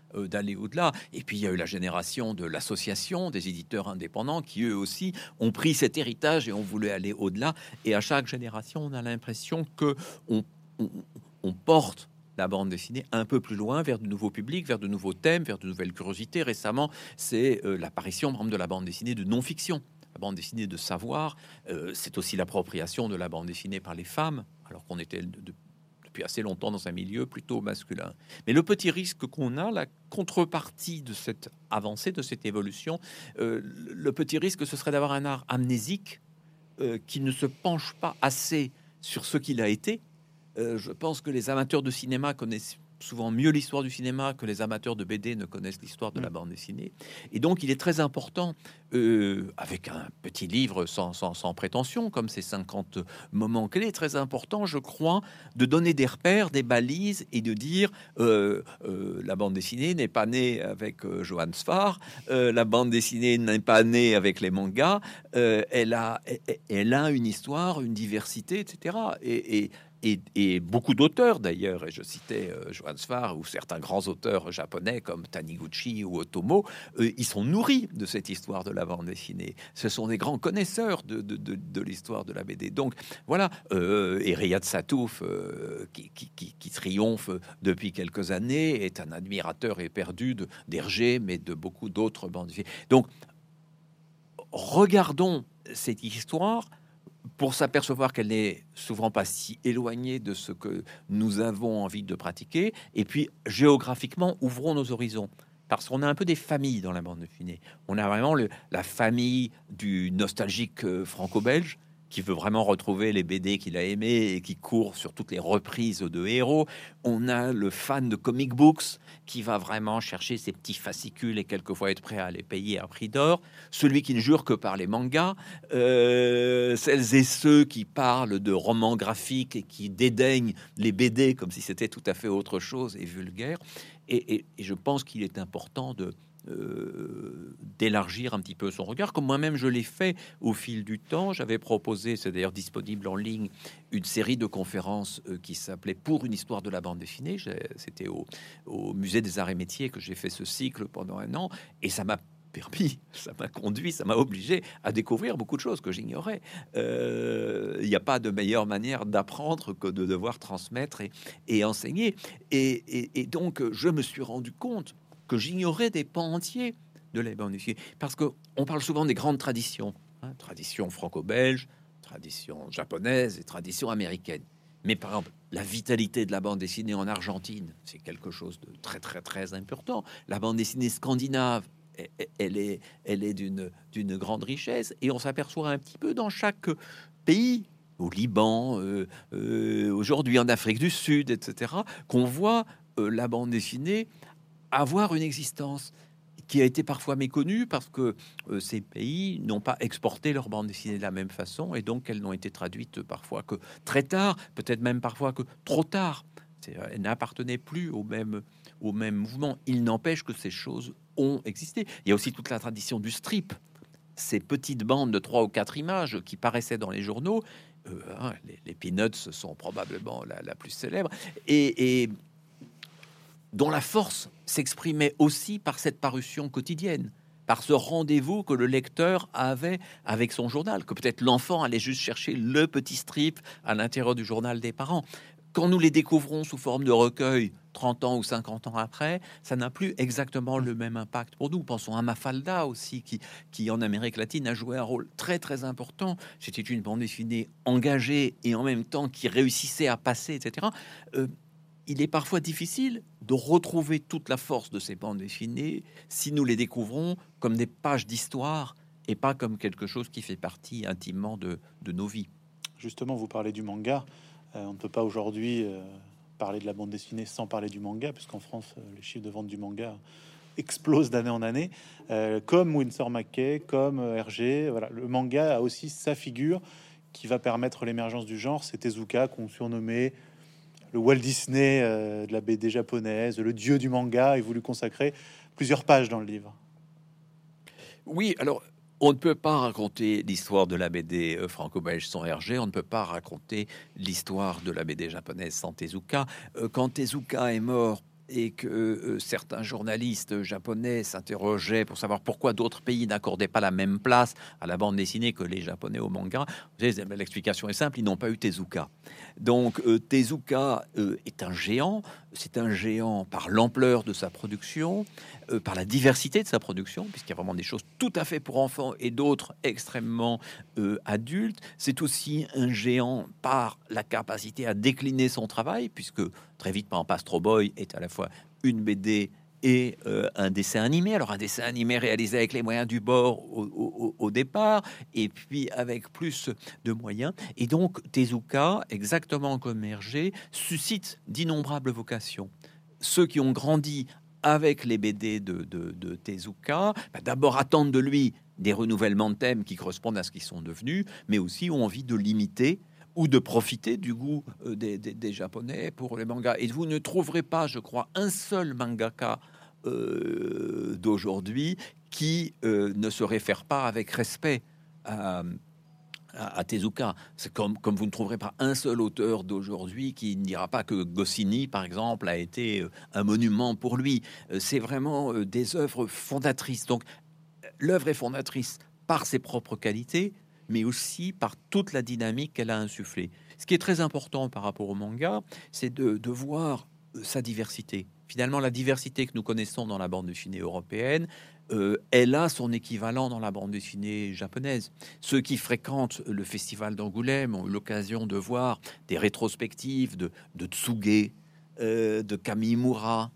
Speaker 2: euh, d'aller au-delà. Et puis il y a eu la génération de l'association des éditeurs indépendants qui eux aussi ont pris cet héritage et ont voulu aller au-delà. Et à chaque génération, on a l'impression que on, on, on porte la bande dessinée un peu plus loin, vers de nouveaux publics, vers de nouveaux thèmes, vers de nouvelles curiosités. Récemment, c'est euh, l'apparition, par exemple, de la bande dessinée de non-fiction. La bande dessinée de savoir, euh, c'est aussi l'appropriation de la bande dessinée par les femmes, alors qu'on était de, de, depuis assez longtemps dans un milieu plutôt masculin. Mais le petit risque qu'on a, la contrepartie de cette avancée, de cette évolution, euh, le petit risque, ce serait d'avoir un art amnésique euh, qui ne se penche pas assez sur ce qu'il a été. Euh, je pense que les amateurs de cinéma connaissent souvent mieux l'histoire du cinéma que les amateurs de B D ne connaissent l'histoire de la bande dessinée. Et donc, il est très important, euh, avec un petit livre sans, sans, sans prétention, comme ces cinquante moments clés, très important, je crois, de donner des repères, des balises et de dire euh, euh, la bande dessinée n'est pas née avec euh, Johann Sfar, euh, la bande dessinée n'est pas née avec les mangas, euh, elle, a, elle, elle a une histoire, une diversité, et cetera. Et, et Et, et beaucoup d'auteurs d'ailleurs, et je citais euh, Johann Sfar ou certains grands auteurs japonais comme Taniguchi ou Otomo, euh, ils sont nourris de cette histoire de la bande dessinée. Ce sont des grands connaisseurs de, de, de, de l'histoire de la B D. Donc voilà, euh, et Riyad Satouf, euh, qui, qui, qui, qui triomphe depuis quelques années, est un admirateur éperdu de d'Hergé, mais de beaucoup d'autres bandes dessinées. Donc regardons cette histoire pour s'apercevoir qu'elle n'est souvent pas si éloignée de ce que nous avons envie de pratiquer. Et puis, géographiquement, ouvrons nos horizons. Parce qu'on a un peu des familles dans la bande dessinée. On a vraiment le, la famille du nostalgique euh, franco-belge, qui veut vraiment retrouver les B D qu'il a aimés et qui court sur toutes les reprises de héros. On a le fan de comic books qui va vraiment chercher ses petits fascicules et quelquefois être prêt à les payer à prix d'or. Celui qui ne jure que par les mangas. Euh, celles et ceux qui parlent de romans graphiques et qui dédaignent les B D comme si c'était tout à fait autre chose et vulgaire. Et, et, et je pense qu'il est important de Euh, d'élargir un petit peu son regard, comme moi-même je l'ai fait au fil du temps. J'avais proposé, c'est d'ailleurs disponible en ligne, une série de conférences euh, qui s'appelait Pour une histoire de la bande dessinée. C'était au, au musée des arts et métiers que j'ai fait ce cycle pendant un an, et ça m'a permis, ça m'a conduit, ça m'a obligé à découvrir beaucoup de choses que j'ignorais. Euh, il n'y a pas de meilleure manière d'apprendre que de devoir transmettre et, et enseigner. Et, et, et donc, je me suis rendu compte que j'ignorais des pans entiers de la bande dessinée. Parce qu'on parle souvent des grandes traditions, hein, tradition franco-belge, tradition japonaise et tradition américaine. Mais par exemple, la vitalité de la bande dessinée en Argentine, c'est quelque chose de très, très, très important. La bande dessinée scandinave, elle est, elle est d'une, d'une grande richesse. Et on s'aperçoit un petit peu dans chaque pays, au Liban, euh, euh, aujourd'hui en Afrique du Sud, et cetera, qu'on voit euh, la bande dessinée avoir une existence qui a été parfois méconnue parce que euh, ces pays n'ont pas exporté leur bande dessinée de la même façon et donc elles n'ont été traduites parfois que très tard, peut-être même parfois que trop tard. C'est, euh, elles n'appartenaient plus au même, au même mouvement. Il n'empêche que ces choses ont existé. Il y a aussi toute la tradition du strip, ces petites bandes de trois ou quatre images qui paraissaient dans les journaux. Euh, hein, les, les Peanuts sont probablement la, la plus célèbre et, et dont la force s'exprimait aussi par cette parution quotidienne, par ce rendez-vous que le lecteur avait avec son journal, que peut-être l'enfant allait juste chercher le petit strip à l'intérieur du journal des parents. Quand nous les découvrons sous forme de recueil, trente ans ou cinquante ans après, ça n'a plus exactement le même impact pour nous. Pensons à Mafalda aussi, qui, qui en Amérique latine a joué un rôle très très important. C'était une bande dessinée engagée et en même temps qui réussissait à passer, et cetera. Euh, il est parfois difficile de retrouver toute la force de ces bandes dessinées si nous les découvrons comme des pages d'histoire et pas comme quelque chose qui fait partie intimement de, de nos vies.
Speaker 1: Justement, vous parlez du manga. Euh, on ne peut pas aujourd'hui euh, parler de la bande dessinée sans parler du manga, puisqu'en France, euh, les chiffres de vente du manga explosent d'année en année. Euh, comme Winsor McCay, comme euh, Hergé, voilà, le manga a aussi sa figure qui va permettre l'émergence du genre. C'est Tezuka qu'on surnommait le Walt Disney euh, de la B D japonaise, le dieu du manga. Il voulut consacrer plusieurs pages dans le livre.
Speaker 2: Oui, alors on ne peut pas raconter l'histoire de la B D euh, franco-belge sans Hergé, on ne peut pas raconter l'histoire de la B D japonaise sans Tezuka. Euh, quand Tezuka est mort, et que euh, certains journalistes japonais s'interrogeaient pour savoir pourquoi d'autres pays n'accordaient pas la même place à la bande dessinée que les Japonais au manga, l'explication est simple, ils n'ont pas eu Tezuka. Donc euh, Tezuka euh, est un géant, c'est un géant par l'ampleur de sa production, euh, par la diversité de sa production, puisqu'il y a vraiment des choses tout à fait pour enfants et d'autres extrêmement euh, adultes. C'est aussi un géant par la capacité à décliner son travail, puisque très vite, par exemple, Astro Boy est à la fois une B D et euh, un dessin animé. Alors un dessin animé réalisé avec les moyens du bord au, au- au départ, et puis avec plus de moyens. Et donc Tezuka, exactement comme Hergé, suscite d'innombrables vocations. Ceux qui ont grandi avec les B D de, de, de Tezuka, bah, d'abord attendent de lui des renouvellements de thèmes qui correspondent à ce qu'ils sont devenus, mais aussi ont envie de l'imiter ou de profiter du goût euh, des, des- des Japonais pour les mangas. Et vous ne trouverez pas, je crois, un seul mangaka euh, d'aujourd'hui qui euh, ne se réfère pas avec respect à, à- à Tezuka. C'est comme, comme vous ne trouverez pas un seul auteur d'aujourd'hui qui ne dira pas que Goscinny, par exemple, a été euh, un monument pour lui. Euh, C'est vraiment euh, des œuvres fondatrices. Donc, l'œuvre est fondatrice par ses propres qualités, mais aussi par toute la dynamique qu'elle a insufflée. Ce qui est très important par rapport au manga, c'est de, de voir euh, sa diversité. Finalement, la diversité que nous connaissons dans la bande dessinée européenne, euh, elle a son équivalent dans la bande dessinée japonaise. Ceux qui fréquentent le festival d'Angoulême ont eu l'occasion de voir des rétrospectives de, de Tsuge, euh, de Kamimura,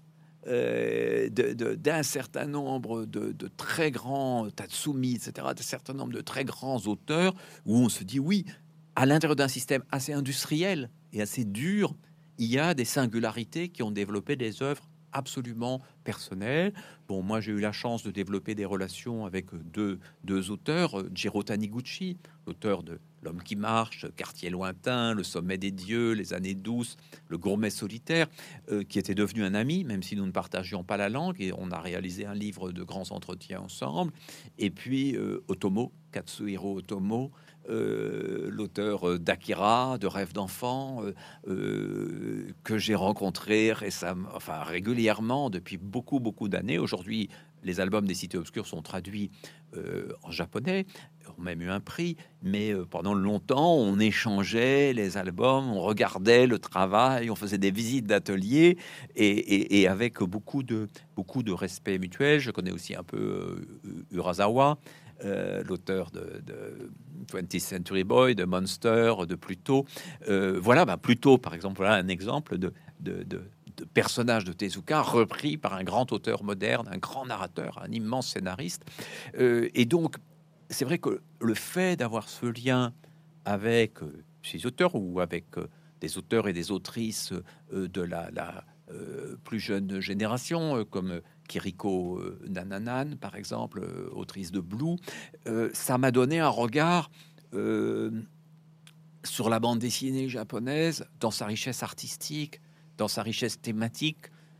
Speaker 2: euh, de- de- d'un certain nombre de, de très grands Tatsumi, et cetera, d'un certain nombre de très grands auteurs, où on se dit oui, à l'intérieur d'un système assez industriel et assez dur, il y a des singularités qui ont développé des œuvres absolument personnelles. Bon, moi j'ai eu la chance de développer des relations avec deux, deux auteurs, euh, Jiro Taniguchi, l'auteur de L'homme qui marche, Quartier lointain, Le sommet des dieux, Les années douces, Le gourmet solitaire, euh, qui était devenu un ami, même si nous ne partagions pas la langue, et on a réalisé un livre de grands entretiens ensemble. Et puis euh, Otomo, Katsuhiro Otomo, euh, l'auteur euh, d'Akira, de Rêve d'enfant, euh, euh, que j'ai rencontré récemment, enfin régulièrement depuis beaucoup beaucoup d'années. Aujourd'hui, les albums des Cités Obscures sont traduits euh, en japonais, ont même eu un prix, mais euh, pendant longtemps, on échangeait les albums, on regardait le travail, on faisait des visites d'ateliers, et, et- et avec beaucoup de, beaucoup de respect mutuel. Je connais aussi un peu euh, Urasawa, euh, l'auteur de, de twentieth Century Boy, de Monster, de Pluto. Euh, voilà, bah, Pluto, par exemple, voilà un exemple de, de, de- de personnage de Tezuka repris par un grand auteur moderne, un grand narrateur, un immense scénariste. Euh, et donc, c'est vrai que le fait d'avoir ce lien avec euh, ces auteurs ou avec euh, des auteurs et des autrices euh, de la, la, euh, plus jeune génération, euh, comme Kiriko euh, Nananan, par exemple, euh, autrice de Blue, euh, ça m'a donné un regard euh, sur la bande dessinée japonaise, dans sa richesse artistique, dans sa richesse thématique,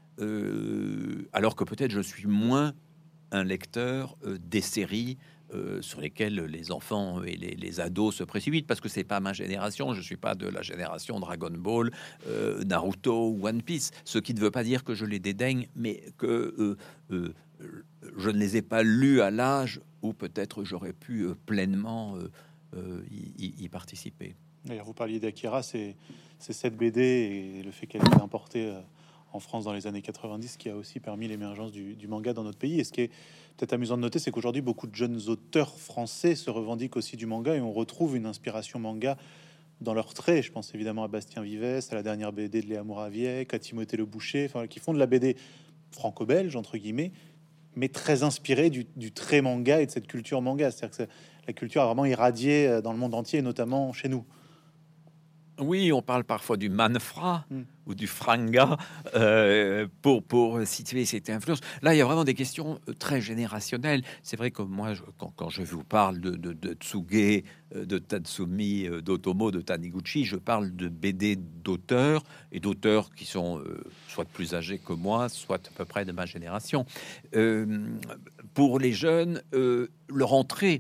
Speaker 2: euh, alors que peut-être je suis moins un lecteur euh, des séries euh, sur lesquelles les enfants et les, les ados se précipitent, parce que c'est pas ma génération. Je suis pas de la génération Dragon Ball, euh, Naruto ou One Piece, ce qui ne veut pas dire que je les dédaigne, mais que euh, euh, je ne les ai pas lus à l'âge où peut-être j'aurais pu euh, pleinement euh, euh, y, y- y participer.
Speaker 1: D'ailleurs, vous parliez d'Akira, c'est c'est cette B D et le fait qu'elle ait été importée euh, en France dans les années quatre-vingt-dix qui a aussi permis l'émergence du, du manga dans notre pays. Et ce qui est peut-être amusant de noter, c'est qu'aujourd'hui, beaucoup de jeunes auteurs français se revendiquent aussi du manga et on retrouve une inspiration manga dans leurs traits. Je pense évidemment à Bastien Vives, à la dernière B D de Léa Mouraviec, à Timothée Le Boucher, enfin, qui font de la B D franco-belge, entre guillemets, mais très inspirée du, du trait manga et de cette culture manga. C'est-à-dire que c'est- la culture a vraiment irradié euh, dans le monde entier, et notamment chez nous.
Speaker 2: Oui, on parle parfois du manfra
Speaker 1: Mm.
Speaker 2: ou du franga euh, pour, pour situer cette influence. Là, il y a vraiment des questions euh, très générationnelles. C'est vrai que moi, je- quand, quand je vous parle de, de, de Tsuge, euh, de Tatsumi, euh, d'Otomo, de Taniguchi, je parle de B D d'auteurs et d'auteurs qui sont euh, soit plus âgés que moi, soit à peu près de ma génération. Euh, pour les jeunes, euh, leur entrée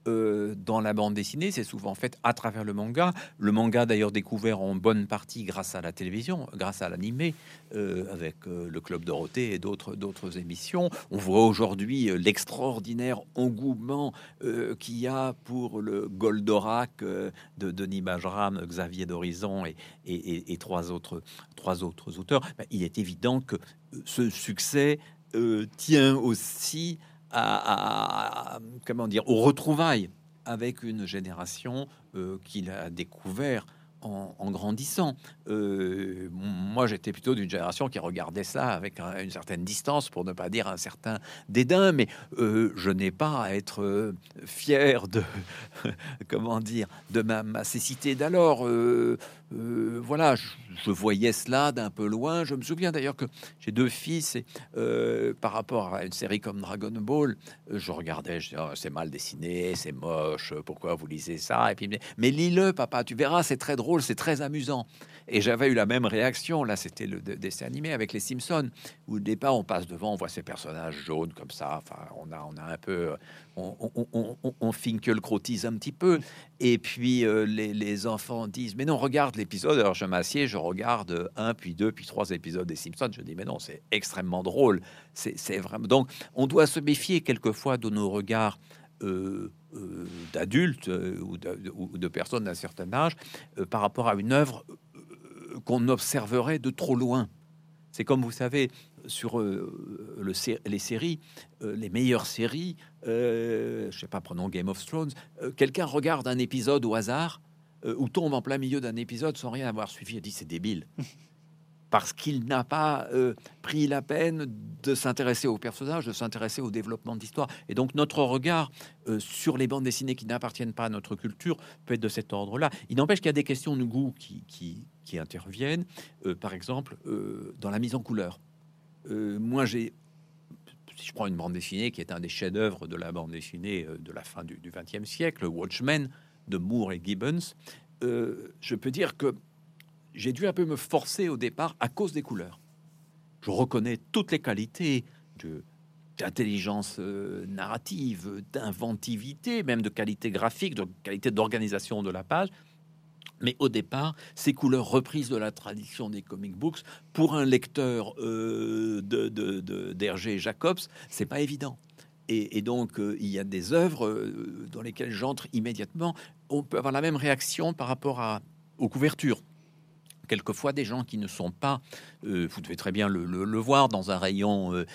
Speaker 2: euh, dans la bande dessinée, c'est souvent fait à travers le manga. Le manga, d'ailleurs, découvert en bonne partie grâce à la télévision, grâce à l'animé, euh, avec euh, le Club Dorothée et d'autres d'autres émissions. On voit aujourd'hui euh, l'extraordinaire engouement euh, qu'il y a pour le Goldorak euh, de Denis Bajram, Xavier d'Horizon et, et, et, et trois autres trois autres auteurs. Ben, il est évident que ce succès euh, tient aussi à, à- à- comment dire, aux retrouvailles avec une génération euh, qu'il a découvert en, en grandissant. Euh, moi, j'étais plutôt d'une génération qui regardait ça avec un- une certaine distance, pour ne pas dire un certain dédain, mais euh, je n'ai pas à être euh, fier de, comment dire, de ma, ma cécité d'alors. Euh, euh, voilà, je, je voyais cela d'un peu loin. Je me souviens d'ailleurs que j'ai deux fils et euh, par rapport à une série comme Dragon Ball, euh, je regardais, je disais, oh, c'est mal dessiné, c'est moche, pourquoi vous lisez ça? Et puis, mais, mais lis-le, papa, tu verras, c'est très drôle, c'est très amusant. Et j'avais eu la même réaction. Là, c'était le de- dessin animé avec les Simpsons, où au départ, on passe devant, on voit ces personnages jaunes comme ça. Enfin, on a, on a un peu, on, on, on, on, on finque le crottise un petit peu. Et puis euh, les, les enfants disent, mais non, regarde l'épisode. Alors je m'assieds, je regarde un, puis deux, puis trois épisodes des Simpsons. Je dis, mais non, c'est extrêmement drôle. C'est c'est vraiment. Donc, on doit se méfier quelquefois de nos regards. Euh, euh, d'adultes euh, ou, de, ou de personnes d'un certain âge euh, par rapport à une œuvre euh, qu'on observerait de trop loin. C'est comme vous savez sur euh, le, sé- les séries, euh, les meilleures séries, euh, je sais pas, prenons Game of Thrones, euh, quelqu'un regarde un épisode au hasard euh, ou tombe en plein milieu d'un épisode sans rien avoir suivi et dit c'est débile. Parce qu'il n'a pas euh, pris la peine de s'intéresser aux personnages, de s'intéresser au développement d'histoire. Et donc notre regard euh, sur les bandes dessinées qui n'appartiennent pas à notre culture peut être de cet ordre-là. Il n'empêche qu'il y a des questions de goût qui, qui, qui interviennent, euh, par exemple euh, dans la mise en couleur. Euh, moi, j'ai, si je prends une bande dessinée qui est un des chefs-d'œuvre de la bande dessinée euh, de la fin du vingtième siècle, Watchmen de Moore et Gibbons, euh, je peux dire que j'ai dû un peu me forcer au départ à cause des couleurs. Je reconnais toutes les qualités de d'intelligence euh, narrative, d'inventivité, même de qualité graphique, de qualité d'organisation de la page. Mais au départ, ces couleurs reprises de la tradition des comic books, pour un lecteur euh, de, de, de- d'Hergé Jacobs, c'est pas évident. Et, et donc, euh, il y a des œuvres euh, dans lesquelles j'entre immédiatement. On peut avoir la même réaction par rapport à, aux couvertures. Quelquefois, des gens qui ne sont pas, euh, vous devez très bien le, le- le voir dans un rayon euh,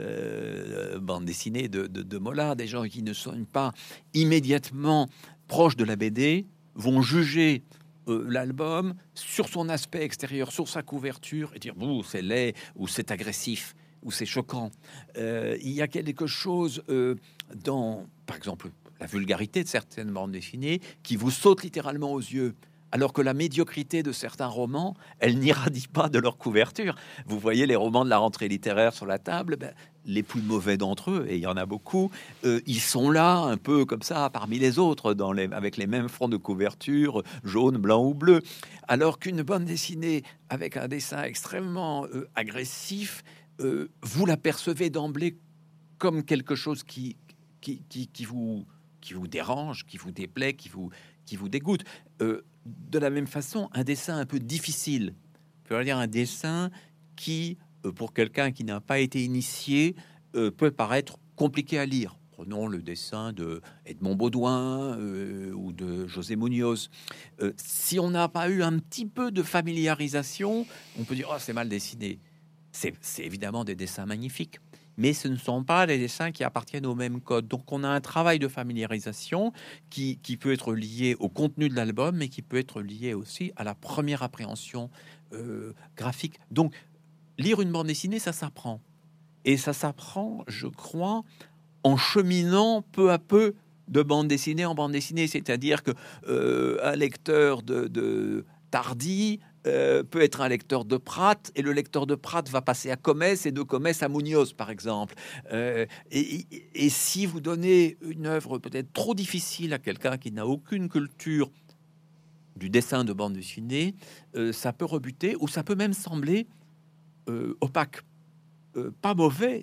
Speaker 2: euh, bande dessinée de, de, de Mola, des gens qui ne sont pas immédiatement proches de la B D vont juger euh, l'album sur son aspect extérieur, sur sa couverture, et dire ouh, c'est laid, ou c'est agressif, ou c'est choquant. Euh, il y a quelque chose euh, dans, par exemple, la vulgarité de certaines bandes dessinées qui vous saute littéralement aux yeux. Alors que la médiocrité de certains romans, elle n'irradie pas de leur couverture. Vous voyez les romans de la rentrée littéraire sur la table, ben, les plus mauvais d'entre eux, et il y en a beaucoup, euh, ils sont là un peu comme ça parmi les autres, dans les, avec les mêmes fonds de couverture, jaune, blanc ou bleu. Alors qu'une bande dessinée avec un dessin extrêmement euh, agressif, euh, vous l'apercevez d'emblée comme quelque chose qui, qui, qui, qui vous, qui vous dérange, qui vous déplaît, qui vous, qui vous dégoûte. Euh, de la même façon, un dessin un peu difficile, je veux dire un dessin qui, euh, pour quelqu'un qui n'a pas été initié, euh, peut paraître compliqué à lire. Prenons le dessin de Edmond Baudouin euh, ou de José Munoz. Euh, si on n'a pas eu un petit peu de familiarisation, on peut dire oh, c'est mal dessiné. C'est c'est évidemment des dessins magnifiques, mais ce ne sont pas des dessins qui appartiennent au même code. Donc on a un travail de familiarisation qui, qui peut être lié au contenu de l'album, mais qui peut être lié aussi à la première appréhension euh, graphique. Donc lire une bande dessinée, ça s'apprend. Et ça s'apprend, je crois, en cheminant peu à peu de bande dessinée en bande dessinée. C'est-à-dire que euh, un lecteur de, de Tardy euh, peut être un lecteur de Pratt, et le lecteur de Pratt va passer à Comès, et de Comès à Munoz, par exemple. Euh, et, et, et si vous donnez une œuvre peut-être trop difficile à quelqu'un qui n'a aucune culture du dessin de bande dessinée, euh, ça peut rebuter, ou ça peut même sembler euh, opaque. Euh, pas mauvais,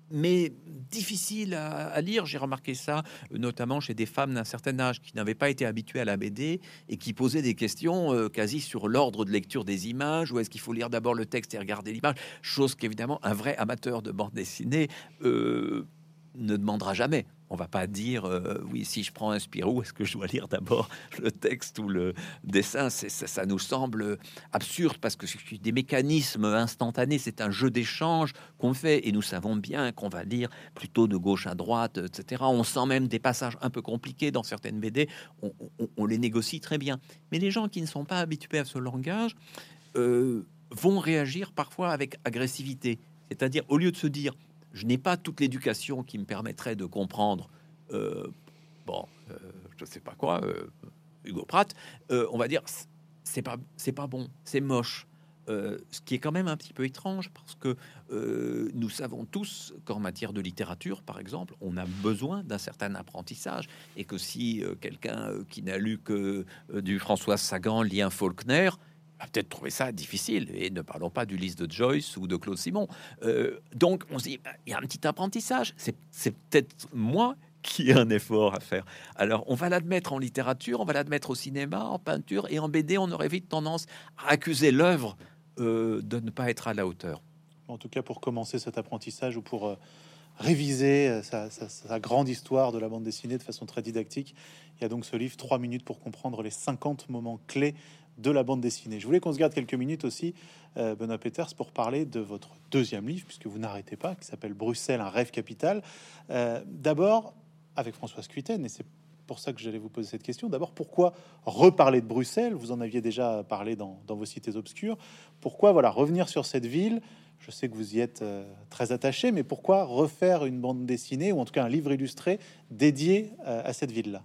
Speaker 2: mais difficile à, à lire. J'ai remarqué ça, notamment chez des femmes d'un certain âge qui n'avaient pas été habituées à la B D et qui posaient des questions euh, quasi sur l'ordre de lecture des images, ou est-ce qu'il faut lire d'abord le texte et regarder l'image, chose qu'évidemment un vrai amateur de bande dessinée euh, ne demandera jamais. On va pas dire euh, oui, si je prends un Spirou, est-ce que je dois lire d'abord le texte ou le dessin? C'est, ça, ça nous semble absurde parce que c'est des mécanismes instantanés, c'est un jeu d'échange qu'on fait et nous savons bien qu'on va lire plutôt de gauche à droite, et cetera. On sent même des passages un peu compliqués dans certaines B D, on, on, on les négocie très bien. Mais les gens qui ne sont pas habitués à ce langage euh, vont réagir parfois avec agressivité. C'est-à-dire, au lieu de se dire je n'ai pas toute l'éducation qui me permettrait de comprendre, euh, bon, euh, je sais pas quoi, euh, Hugo Pratt, euh, on va dire, c'est pas, c'est pas bon, c'est moche. Euh, ce qui est quand même un petit peu étrange parce que euh, nous savons tous qu'en matière de littérature, par exemple, on a besoin d'un certain apprentissage et que si euh, quelqu'un euh, qui n'a lu que euh, du François Sagan lit un Faulkner, va peut-être trouver ça difficile, et ne parlons pas d'Ulysse de Joyce ou de Claude Simon. Euh, donc on se dit, bah, il y a un petit apprentissage, c'est, c'est peut-être moi qui ai un effort à faire. Alors on va l'admettre en littérature, on va l'admettre au cinéma, en peinture, et en B D, on aurait vite tendance à accuser l'œuvre euh, de ne pas être à la hauteur.
Speaker 1: En tout cas, pour commencer cet apprentissage ou pour euh, réviser euh, sa, sa- sa grande histoire de la bande dessinée de façon très didactique, il y a donc ce livre, trois minutes pour comprendre les cinquante moments clés de la bande dessinée. Je voulais qu'on se garde quelques minutes aussi, euh, Benoît Peters, pour parler de votre deuxième livre, puisque vous n'arrêtez pas, qui s'appelle Bruxelles, un rêve capital. Euh, D'abord, avec Françoise Cuiten, et c'est pour ça que j'allais vous poser cette question. D'abord, pourquoi reparler de Bruxelles? Vous en aviez déjà parlé dans, dans vos cités obscures. Pourquoi voilà revenir sur cette ville? Je sais que vous y êtes euh, très attaché, mais pourquoi refaire une bande dessinée, ou en tout cas un livre illustré dédié euh, à cette ville-là?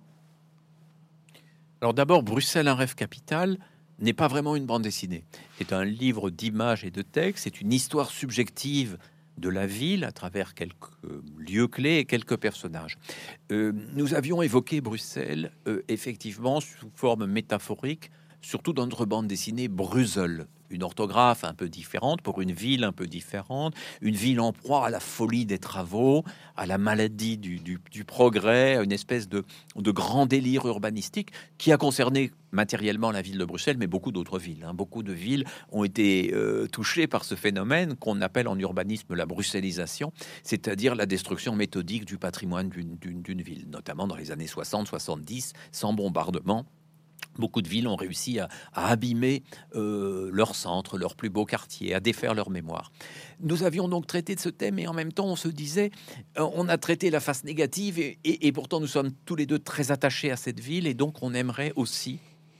Speaker 2: Alors d'abord, Bruxelles, un rêve capital n'est pas vraiment une bande dessinée. C'est un livre d'images et de textes, c'est une histoire subjective de la ville à travers quelques lieux clés et quelques personnages. Euh, nous avions évoqué Bruxelles, euh, effectivement, sous forme métaphorique, surtout dans notre bande dessinée Bruxelles, une orthographe un peu différente pour une ville un peu différente, une ville en proie à la folie des travaux, à la maladie du, du- du progrès, à une espèce de, de grand délire urbanistique qui a concerné matériellement la ville de Bruxelles, mais beaucoup d'autres villes. hein. Beaucoup de villes ont été euh, touchées par ce phénomène qu'on appelle en urbanisme la bruxellisation, c'est-à-dire la destruction méthodique du patrimoine d'une d'une- d'une ville, notamment dans les années soixante soixante-dix, sans bombardement. Beaucoup de villes ont réussi à, à abîmer euh, leur centre, leur plus beau quartier, à défaire leur mémoire. Nous avions donc traité de ce thème et en même temps on se disait, euh, on a traité la face négative et, et- et pourtant nous sommes tous les deux très attachés à cette ville et donc on aimerait aussi,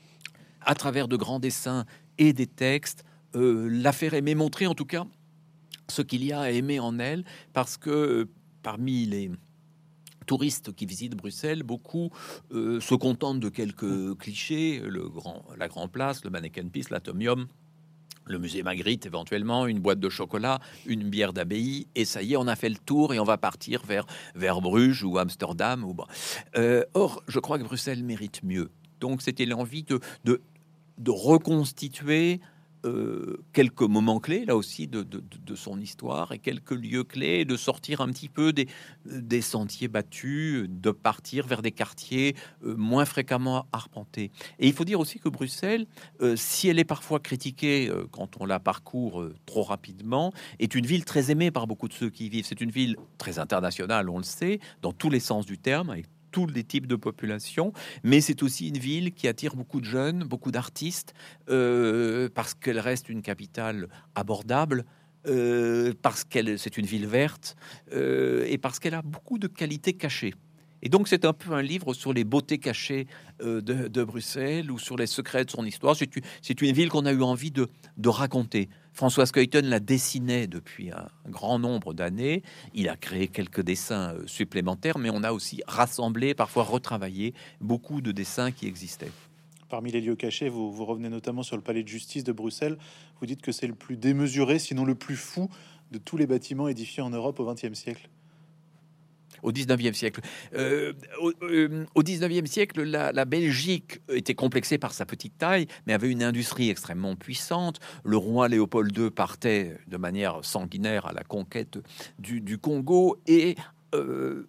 Speaker 2: à travers de grands dessins et des textes, euh, la faire aimer, montrer en tout cas ce qu'il y a à aimer en elle, parce que euh, parmi les touristes qui visitent Bruxelles, beaucoup euh, se contentent de quelques clichés, le grand, la Grand Place, le Mannequin Peace, l'Atomium, le musée Magritte éventuellement, une boîte de chocolat, une bière d'abbaye, et ça y est, on a fait le tour et on va partir vers, vers Bruges ou Amsterdam. Ou bon. Euh, or, je crois que Bruxelles mérite mieux. Donc, c'était l'envie de, de, de reconstituer euh, quelques moments clés, là aussi, de, de, de son histoire et quelques lieux clés, de sortir un petit peu des, des sentiers battus, de partir vers des quartiers euh, moins fréquemment arpentés. Et il faut dire aussi que Bruxelles, euh, si elle est parfois critiquée euh, quand on la parcourt euh, trop rapidement, est une ville très aimée par beaucoup de ceux qui y vivent. C'est une ville très internationale, on le sait, dans tous les sens du terme, avec tous les types de population, mais c'est aussi une ville qui attire beaucoup de jeunes, beaucoup d'artistes, euh, parce qu'elle reste une capitale abordable, euh, parce qu'elle c'est une ville verte, euh, et parce qu'elle a beaucoup de qualités cachées. Et donc c'est un peu un livre sur les beautés cachées euh, de, de Bruxelles ou sur les secrets de son histoire. C'est une, c'est une ville qu'on a eu envie de, de raconter. François Skeuten la dessinait depuis un grand nombre d'années. Il a créé quelques dessins euh, supplémentaires, mais on a aussi rassemblé, parfois retravaillé, beaucoup de dessins qui existaient.
Speaker 1: Parmi les lieux cachés, vous, vous revenez notamment sur le palais de justice de Bruxelles. Vous dites que c'est le plus démesuré, sinon le plus fou de tous les bâtiments édifiés en Europe au vingtième siècle.
Speaker 2: au dix-neuvième siècle. Euh, au, euh, au dix-neuvième siècle, la, la Belgique était complexée par sa petite taille, mais avait une industrie extrêmement puissante. Le roi Léopold deux partait de manière sanguinaire à la conquête du, du Congo et euh,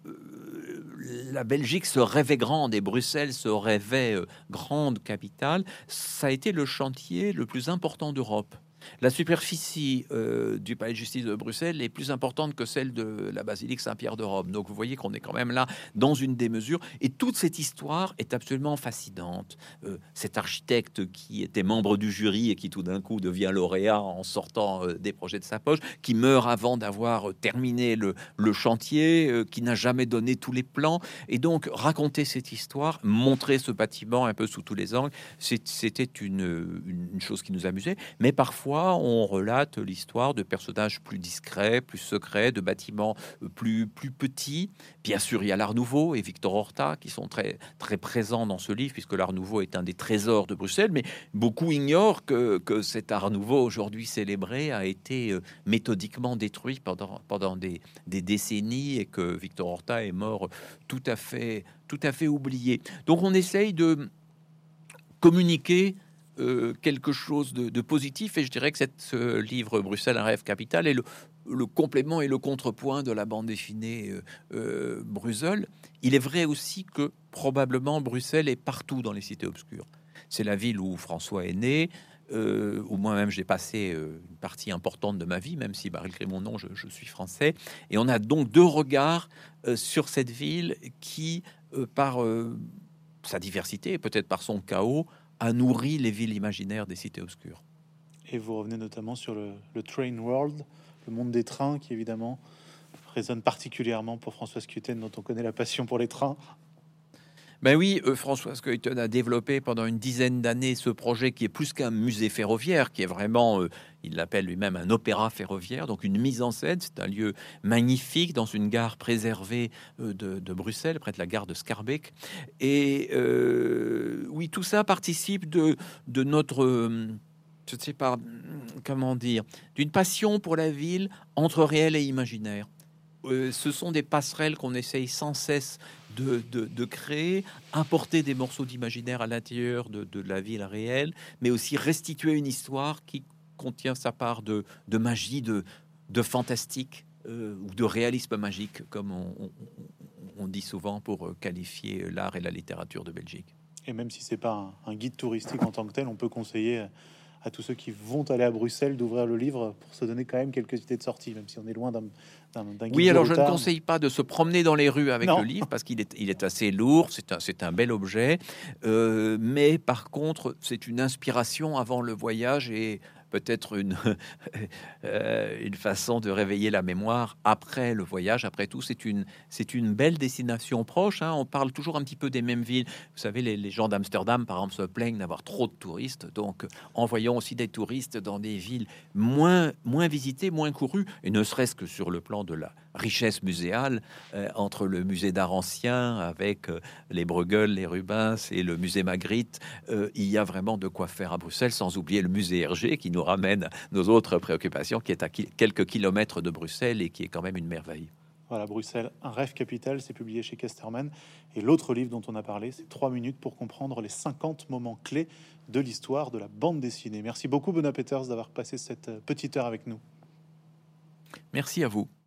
Speaker 2: la Belgique se rêvait grande et Bruxelles se rêvait euh, grande capitale. Ça a été le chantier le plus important d'Europe. La superficie euh, du palais de justice de Bruxelles est plus importante que celle de la basilique Saint-Pierre de Rome. Donc vous voyez qu'on est quand même là dans une démesure. Et toute cette histoire est absolument fascinante. Euh, cet architecte qui était membre du jury et qui tout d'un coup devient lauréat en sortant euh, des projets de sa poche, qui meurt avant d'avoir terminé le, le chantier, euh, qui n'a jamais donné tous les plans. Et donc raconter cette histoire, montrer ce bâtiment un peu sous tous les angles, c'était une, une chose qui nous amusait. Mais parfois, on relate l'histoire de personnages plus discrets, plus secrets, de bâtiments plus, plus petits. Bien sûr, il y a l'Art Nouveau et Victor Horta qui sont très, très présents dans ce livre, puisque l'Art Nouveau est un des trésors de Bruxelles, mais beaucoup ignorent que, que cet Art Nouveau, aujourd'hui célébré, a été méthodiquement détruit pendant, pendant des, des décennies et que Victor Horta est mort tout à fait, tout à fait oublié. Donc on essaye de communiquer Euh, quelque chose de, de positif, et je dirais que cette, ce livre Bruxelles, un rêve capital est le, le complément et le contrepoint de la bande dessinée euh, euh, Bruxelles. Il est vrai aussi que probablement Bruxelles est partout dans les cités obscures. C'est la ville où François est né, euh, où moi-même j'ai passé euh, une partie importante de ma vie, même si malgré mon nom je, je suis français, et on a donc deux regards euh, sur cette ville qui, euh, par euh, sa diversité et peut-être par son chaos, a nourri les villes imaginaires des cités obscures.
Speaker 1: Et vous revenez notamment sur le, le Train World, le monde des trains, qui évidemment résonne particulièrement pour Françoise Cueten, dont on connaît la passion pour les trains.
Speaker 2: Ben oui, euh, Françoise Cueten a développé pendant une dizaine d'années ce projet qui est plus qu'un musée ferroviaire, qui est vraiment, euh, il l'appelle lui-même un opéra ferroviaire, donc une mise en scène. C'est un lieu magnifique dans une gare préservée euh, de, de Bruxelles, près de la gare de Schaerbeek. Et euh, oui, tout ça participe de, de notre... Euh, je ne sais pas comment dire, d'une passion pour la ville entre réel et imaginaire. Euh, ce sont des passerelles qu'on essaye sans cesse de, de, de créer, importer des morceaux d'imaginaire à l'intérieur de, de la ville réelle, mais aussi restituer une histoire qui contient sa part de, de magie, de, de fantastique euh, ou de réalisme magique, comme on, on, on dit souvent pour qualifier l'art et la littérature de Belgique.
Speaker 1: Et même si c'est pas un, un guide touristique en tant que tel, on peut conseiller à tous ceux qui vont aller à Bruxelles d'ouvrir le livre pour se donner quand même quelques idées de sortie, même si on est loin d'un d'un guide.
Speaker 2: Oui, alors je ne
Speaker 1: retard.
Speaker 2: conseille pas de se promener dans les rues avec
Speaker 1: Non.
Speaker 2: le livre parce qu'il est, il est assez lourd, c'est un, c'est un bel objet, euh, mais par contre, c'est une inspiration avant le voyage et peut-être une, euh, une façon de réveiller la mémoire après le voyage. Après tout, c'est une, c'est une belle destination proche. Hein. On parle toujours un petit peu des mêmes villes. Vous savez, les, les gens d'Amsterdam, par exemple, se plaignent d'avoir trop de touristes. Donc, envoyons aussi des touristes dans des villes moins, moins visitées, moins courues, et ne serait-ce que sur le plan de la richesse muséale, euh, entre le musée d'art ancien avec euh, les Bruegel, les Rubens et le musée Magritte. Euh, il y a vraiment de quoi faire à Bruxelles, sans oublier le musée Hergé qui nous ramène nos autres préoccupations, qui est à ki- quelques kilomètres de Bruxelles et qui est quand même une merveille.
Speaker 1: Voilà, Bruxelles, un rêve capital, c'est publié chez Casterman. Et l'autre livre dont on a parlé, c'est trois minutes pour comprendre les cinquante moments clés de l'histoire de la bande dessinée. Merci beaucoup, Benoît Peters, d'avoir passé cette petite heure avec nous.
Speaker 2: Merci à vous.